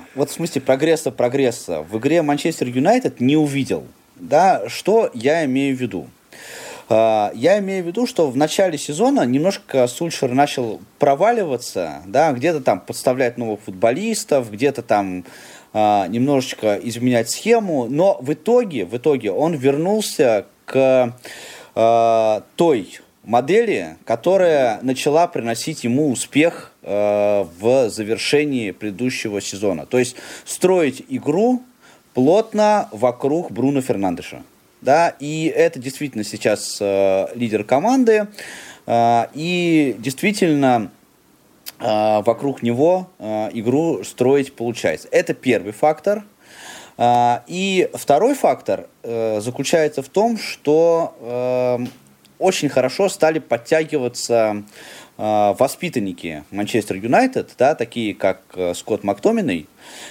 в игре Манчестер Юнайтед не увидел. Да, что я имею в виду? Я имею в виду, что в начале сезона немножко Сульшер начал проваливаться, да, где-то там подставлять новых футболистов, где-то там немножечко изменять схему, но в итоге он вернулся к той модели, которая начала приносить ему успех в завершении предыдущего сезона. То есть строить игру плотно вокруг Бруно Фернандеша. Да? И это действительно сейчас лидер команды. И действительно вокруг него игру строить получается. Это первый фактор. И второй фактор заключается в том, что очень хорошо стали подтягиваться воспитанники Манчестер Юнайтед, да, такие как Скотт Мактоминей,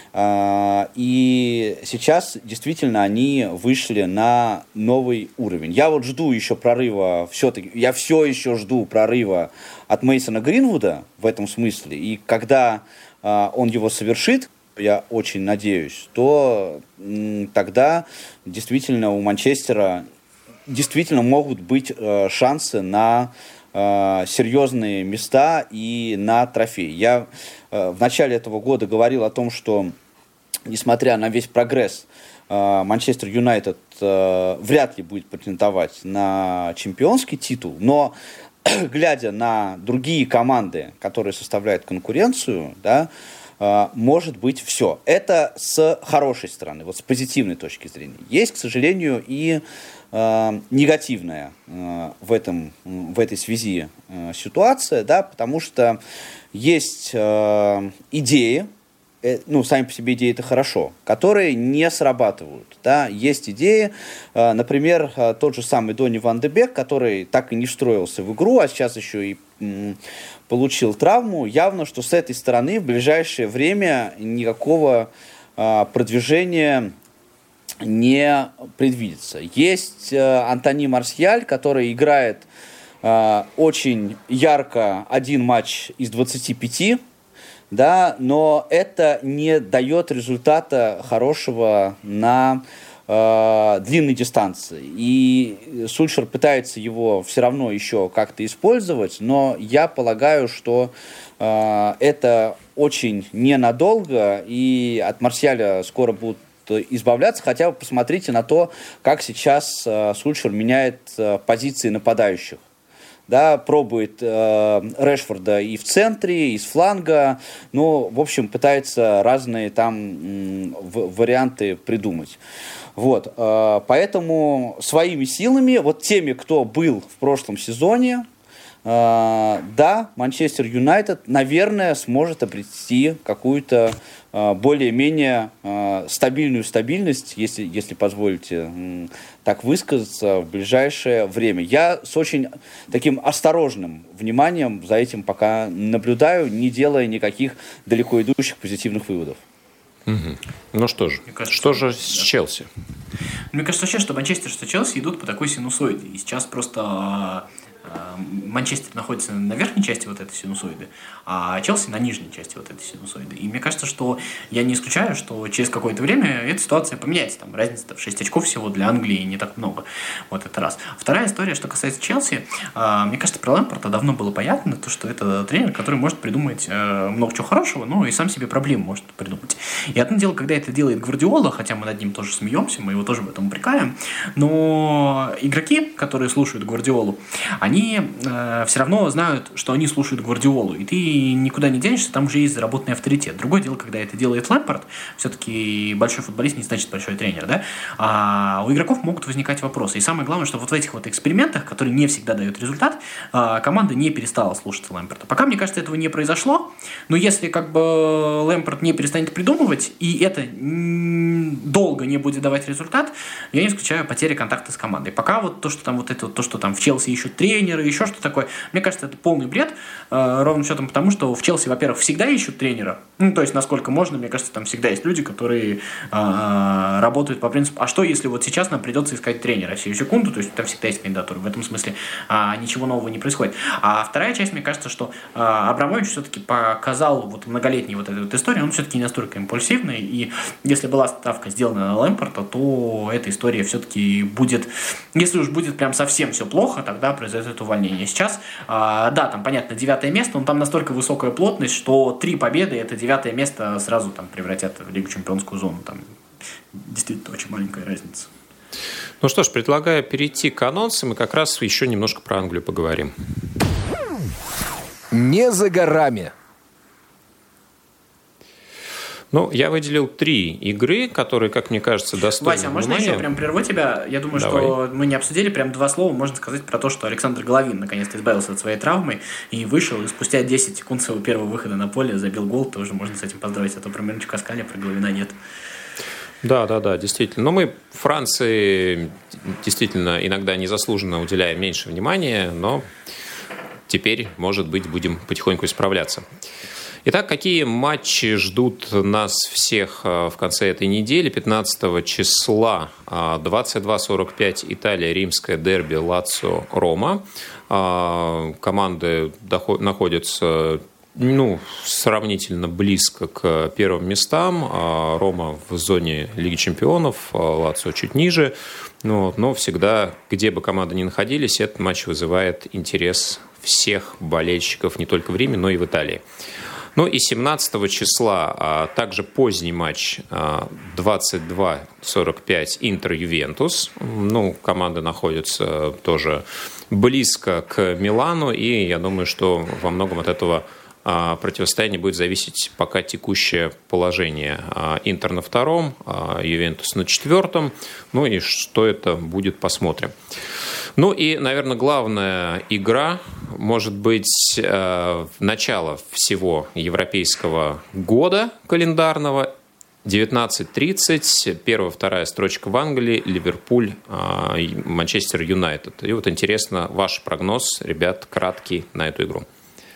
и сейчас действительно они вышли на новый уровень. Я вот жду еще прорыва, я все еще жду прорыва от Мейсона Гринвуда в этом смысле, и когда он его совершит, я очень надеюсь, то тогда действительно у Манчестера действительно могут быть шансы на серьезные места и на трофей. Я в начале этого года говорил о том, что несмотря на весь прогресс, Манчестер Юнайтед вряд ли будет претендовать на чемпионский титул, но глядя на другие команды, которые составляют конкуренцию, да, может быть все. Это с хорошей стороны, вот с позитивной точки зрения. Есть, к сожалению, и негативная в этой связи ситуация, да, потому что есть идеи, сами по себе идеи это хорошо, которые не срабатывают. Да. Есть идеи, например, тот же самый Донни Ван де Бек, который так и не встроился в игру, а сейчас еще и получил травму. Явно, что с этой стороны в ближайшее время никакого продвижения не предвидится. Есть Антони Марсиаль, который играет очень ярко один матч из 25, да, но это не дает результата хорошего на длинной дистанции. И Сульшер пытается его все равно еще как-то использовать, но я полагаю, что это очень ненадолго, и от Марсиаля скоро будут избавляться. Хотя бы посмотрите на то, как сейчас Сульшер меняет позиции нападающих. Да, пробует Решфорда и в центре, и с фланга. Ну, в общем, пытается разные там варианты придумать. Вот, поэтому своими силами, вот теми, кто был в прошлом сезоне, да, Манчестер Юнайтед, наверное, сможет обрести какую-то более-менее стабильную стабильность, если позволите так высказаться, в ближайшее время. Я с очень таким осторожным вниманием за этим пока наблюдаю, не делая никаких далеко идущих позитивных выводов. Угу. Ну что же, кажется, что же с Челси? Мне кажется вообще, что Манчестер, что Челси идут по такой синусоиде. И сейчас просто Манчестер находится на верхней части вот этой синусоиды, а Челси на нижней части вот этой синусоиды. И мне кажется, что я не исключаю, что через какое-то время эта ситуация поменяется. Там разница в 6 очков всего для Англии не так много. Вот это раз. Вторая история, что касается Челси, мне кажется, про Лэмпарда давно было понятно, то, что это тренер, который может придумать много чего хорошего, но и сам себе проблем может придумать. И одно дело, когда это делает Гвардиола, хотя мы над ним тоже смеемся, мы его тоже в этом упрекаем, но игроки, которые слушают Гвардиолу, они все равно знают, что они слушают Гвардиолу, и ты никуда не денешься, там уже есть заработанный авторитет. Другое дело, когда это делает Лэмпард, все-таки большой футболист не значит большой тренер, да? А у игроков могут возникать вопросы. И самое главное, что вот в этих вот экспериментах, которые не всегда дают результат, команда не перестала слушаться Лэмпарда. Пока, мне кажется, этого не произошло, но если как бы Лэмпард не перестанет придумывать, и это долго не будет давать результат, я не исключаю потери контакта с командой. Пока вот то, что там вот это, то, что там в Челси ищут тренеры, еще что такое, мне кажется, это полный бред, ровным счетом потому, что в Челси, во-первых, всегда ищут тренера, ну, то есть, насколько можно, мне кажется, там всегда есть люди, которые работают по принципу, а что, если вот сейчас нам придется искать тренера сию секунду, то есть, там всегда есть кандидатуры, в этом смысле ничего нового не происходит. А вторая часть, мне кажется, что Абрамович все-таки показал вот многолетней вот этой вот истории, он все-таки не настолько импульсивный, и если была ставка сделана на Лэмпарда, то эта история все-таки будет, если уж будет прям совсем все плохо, тогда произойдет увольнение. Сейчас, да, там, понятно, 9 место, но там настолько высокая плотность, что 3 победы, это 9 место сразу там превратят в Лигу Чемпионскую зону. Там действительно очень маленькая разница. Ну что ж, предлагаю перейти к анонсам и как раз еще немножко про Англию поговорим. Не за горами. Ну, я выделил 3 игры, которые, как мне кажется, достойны Вася, можно внимания. еще прям прерву тебя? Я думаю, Давай. что мы не обсудили, прям 2 слова можно сказать про то, что Александр Головин наконец-то избавился от своей травмы и вышел, и спустя 10 секунд своего первого выхода на поле забил гол, тоже можно с этим поздравить, а то про Мирончука сказали, про Головина нет. Да, действительно. Но мы Франции действительно иногда незаслуженно уделяем меньше внимания, но теперь, может быть, будем потихоньку исправляться. Итак, какие матчи ждут нас всех в конце этой недели? 15 числа 22:45 Италия, римское дерби Лацио-Рома. Команды находятся сравнительно близко к первым местам. Рома в зоне Лиги чемпионов, Лацио чуть ниже. Но всегда, где бы команды ни находились, этот матч вызывает интерес всех болельщиков не только в Риме, но и в Италии. Ну и 17 числа также поздний матч 22:45 Интер-Ювентус. Команды находятся тоже близко к Милану, и я думаю, что во многом от этого противостояния будет зависеть пока текущее положение. Интер на 2-м, Ювентус на 4-м. И что это будет, посмотрим. И, наверное, главная игра, может быть, начало всего европейского года календарного. 19:30, 1-2 строчка в Англии, Ливерпуль, Манчестер Юнайтед. И вот интересно, ваш прогноз, ребят, краткий на эту игру.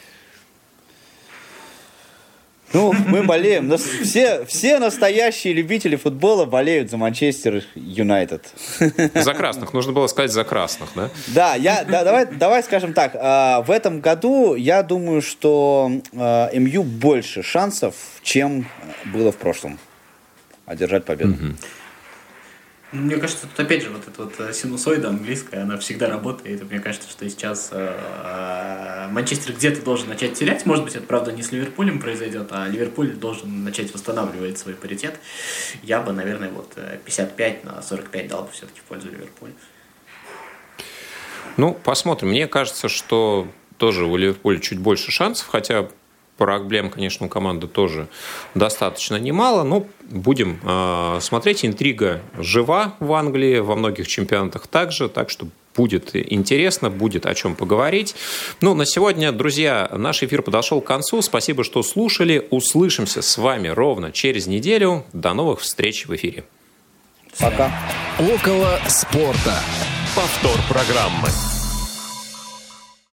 Мы болеем. Все настоящие любители футбола болеют за Манчестер Юнайтед. За красных. Нужно было сказать за красных, да? Да, давай скажем так. В этом году я думаю, что МЮ больше шансов, чем было в прошлом одержать победу. Мне кажется, тут опять же вот эта синусоида английская, она всегда работает. И мне кажется, что сейчас Манчестер где-то должен начать терять. Может быть, это, правда, не с Ливерпулем произойдет, а Ливерпуль должен начать восстанавливать свой паритет. Я бы, наверное, 55-45 дал бы все-таки в пользу Ливерпуля. Посмотрим. Мне кажется, что тоже у Ливерпуля чуть больше шансов, хотя проблем, конечно, у команды тоже достаточно немало. Будем смотреть. Интрига жива в Англии, во многих чемпионатах также, так что будет интересно, будет о чем поговорить. На сегодня, друзья, наш эфир подошел к концу. Спасибо, что слушали. Услышимся с вами ровно через неделю. До новых встреч в эфире. Пока. Около спорта. Повтор программы.